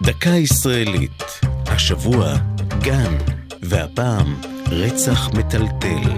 דקה ישראלית, השבוע גן, והפעם רצח מטלטל.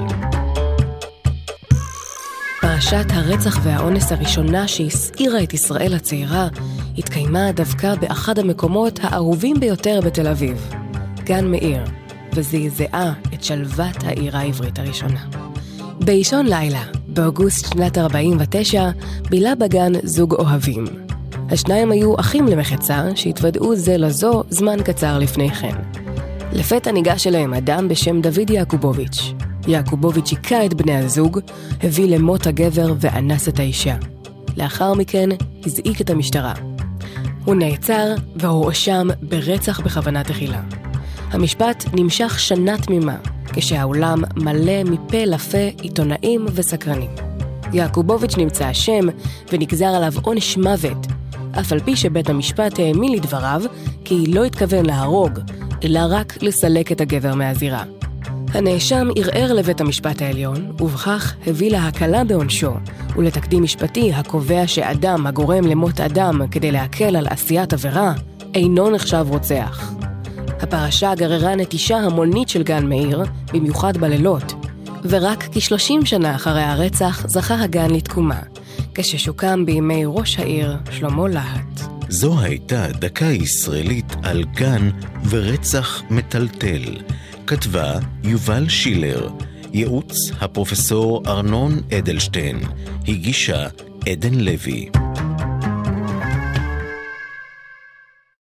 פרשת הרצח והאונס הראשונה שהסעירה את ישראל הצעירה התקיימה דווקא באחד המקומות האהובים ביותר בתל אביב, גן מאיר, וזעזעה את שלוות העיר העברית הראשונה. באישון לילה, באוגוסט שנת 49, בילה בגן זוג אוהבים. השניים היו אחים למחצה שהתוודעו זה לזו זמן קצר לפני כן. לפתע ניגש אליהם אדם בשם דוד יעקובוביץ'. יעקובוביץ' היכה את בני הזוג, הביא למות הגבר ואנס את האישה. לאחר מכן הזעיק את המשטרה. הוא נעצר והואשם ברצח בכוונה תחילה. המשפט נמשך שנה תמימה, כשהעולם מלא מפה לפה עיתונאים וסקרנים. יעקובוביץ' נמצא אשם ונגזר עליו עונש מוות, אף על פי שבית המשפט האמין לדבריו כי לא התכוון להרוג, אלא רק לסלק את הגבר מהזירה. הנאשם ערער לבית המשפט העליון, ובכך הביא להקלה בעונשו, ולתקדים משפטי הקובע שאדם הגורם למות אדם כדי להקל על עשיית עבירה, אינו נחשב רוצח. הפרשה גררה נטישה המונית של גן מאיר, במיוחד בלילות, ורק כ-30 שנה אחרי הרצח זכה הגן לתקומה, כששוקם בימי ראש העיר שלמה להט. זו הייתה דקה ישראלית על גן ורצח מטלטל. כתבה יובל שילר, ייעוץ הפרופסור ארנון אדלשטיין, הגישה עדן לוי.